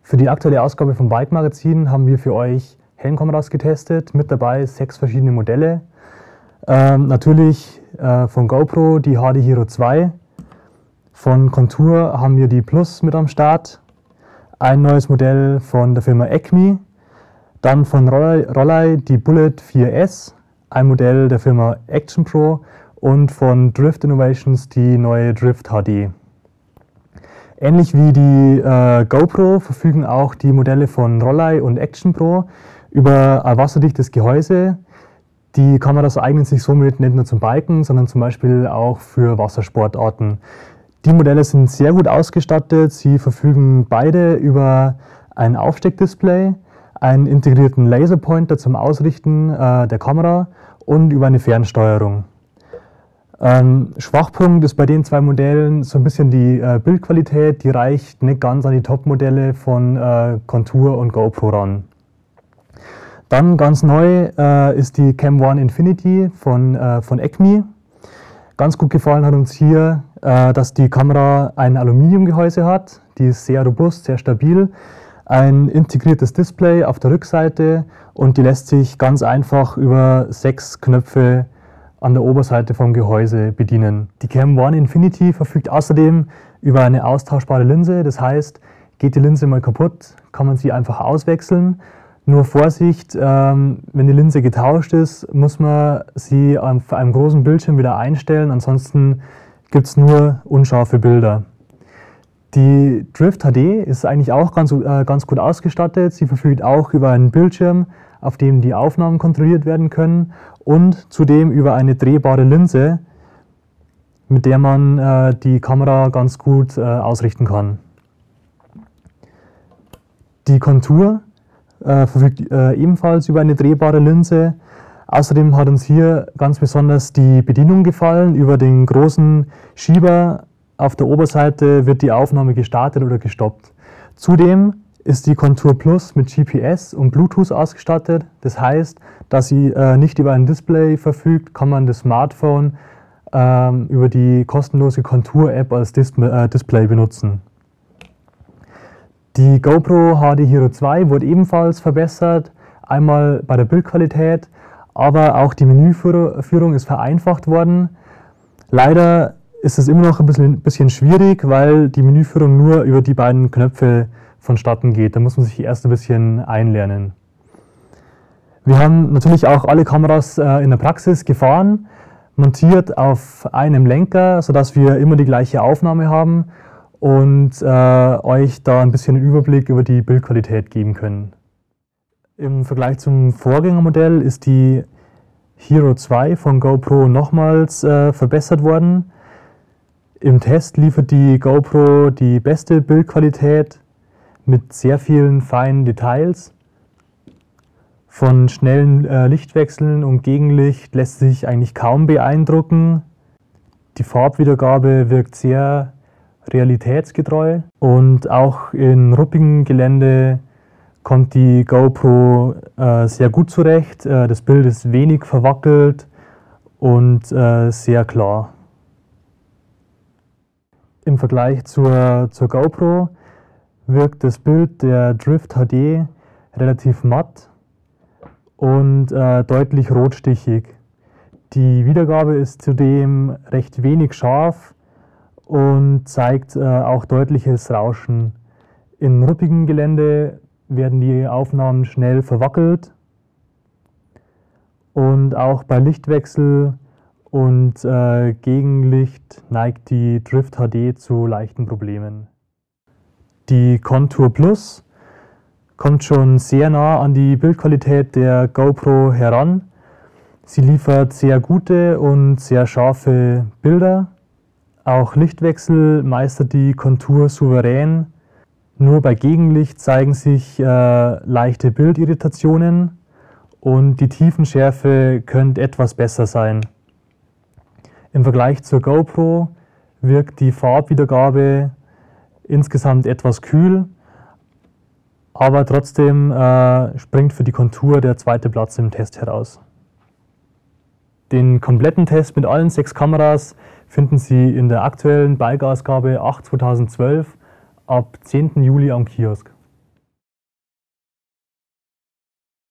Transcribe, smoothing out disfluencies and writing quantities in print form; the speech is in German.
Für die aktuelle Ausgabe vom Bike Magazin haben wir für euch Helmkameras getestet, mit dabei 6 verschiedene Modelle. Natürlich von GoPro die HD Hero 2, von Contour haben wir die Plus mit am Start, ein neues Modell von der Firma Acme, dann von Rollei die Bullet 4S, ein Modell der Firma Action Pro und von Drift Innovations die neue Drift HD. Ähnlich wie die GoPro verfügen auch die Modelle von Rollei und Action Pro über ein wasserdichtes Gehäuse. Die Kameras eignen sich somit nicht nur zum Biken, sondern zum Beispiel auch für Wassersportarten. Die Modelle sind sehr gut ausgestattet. Sie verfügen beide über ein Aufsteckdisplay, einen integrierten Laserpointer zum Ausrichten der Kamera und über eine Fernsteuerung. Schwachpunkt ist bei den 2 Modellen so ein bisschen die Bildqualität, die reicht nicht ganz an die Top-Modelle von Contour und GoPro ran. Dann ganz neu ist die Cam One Infinity von Acme. Ganz gut gefallen hat uns hier, dass die Kamera ein Aluminiumgehäuse hat, die ist sehr robust, sehr stabil, ein integriertes Display auf der Rückseite und die lässt sich ganz einfach über 6 Knöpfe an der Oberseite vom Gehäuse bedienen. Die Cam One Infinity verfügt außerdem über eine austauschbare Linse, das heißt, geht die Linse mal kaputt, kann man sie einfach auswechseln. Nur Vorsicht, wenn die Linse getauscht ist, muss man sie auf einem großen Bildschirm wieder einstellen, ansonsten gibt es nur unscharfe Bilder. Die Drift HD ist eigentlich auch ganz gut ausgestattet, sie verfügt auch über einen Bildschirm, auf dem die Aufnahmen kontrolliert werden können und zudem über eine drehbare Linse, mit der man die Kamera ganz gut ausrichten kann. Die Contour verfügt ebenfalls über eine drehbare Linse. Außerdem hat uns hier ganz besonders die Bedienung gefallen. Über den großen Schieber auf der Oberseite wird die Aufnahme gestartet oder gestoppt. Zudem ist die Contour Plus mit GPS und Bluetooth ausgestattet. Das heißt, da sie nicht über ein Display verfügt, kann man das Smartphone über die kostenlose Contour-App als Display benutzen. Die GoPro HD Hero 2 wurde ebenfalls verbessert, einmal bei der Bildqualität, aber auch die Menüführung ist vereinfacht worden. Leider ist es immer noch ein bisschen schwierig, weil die Menüführung nur über die beiden Knöpfe vonstatten geht. Da muss man sich erst ein bisschen einlernen. Wir haben natürlich auch alle Kameras in der Praxis gefahren, montiert auf einem Lenker, sodass wir immer die gleiche Aufnahme haben und euch da ein bisschen einen Überblick über die Bildqualität geben können. Im Vergleich zum Vorgängermodell ist die Hero 2 von GoPro nochmals verbessert worden. Im Test liefert die GoPro die beste Bildqualität mit sehr vielen feinen Details. Von schnellen Lichtwechseln und Gegenlicht lässt sich eigentlich kaum beeindrucken. Die Farbwiedergabe wirkt sehr realitätsgetreu und auch in ruppigem Gelände kommt die GoPro sehr gut zurecht. Das Bild ist wenig verwackelt und sehr klar. Im Vergleich zur GoPro wirkt das Bild der Drift HD relativ matt und deutlich rotstichig. Die Wiedergabe ist zudem recht wenig scharf und zeigt auch deutliches Rauschen. In ruppigem Gelände werden die Aufnahmen schnell verwackelt und auch bei Lichtwechsel und Gegenlicht neigt die Drift HD zu leichten Problemen. Die Contour Plus kommt schon sehr nah an die Bildqualität der GoPro heran. Sie liefert sehr gute und sehr scharfe Bilder. Auch Lichtwechsel meistert die Contour souverän. Nur bei Gegenlicht zeigen sich leichte Bildirritationen und die Tiefenschärfe könnte etwas besser sein. Im Vergleich zur GoPro wirkt die Farbwiedergabe insgesamt etwas kühl, aber trotzdem springt für die Contour der 2. Platz im Test heraus. Den kompletten Test mit allen 6 Kameras finden Sie in der aktuellen Bike-Ausgabe 8/2012 ab 10. Juli am Kiosk.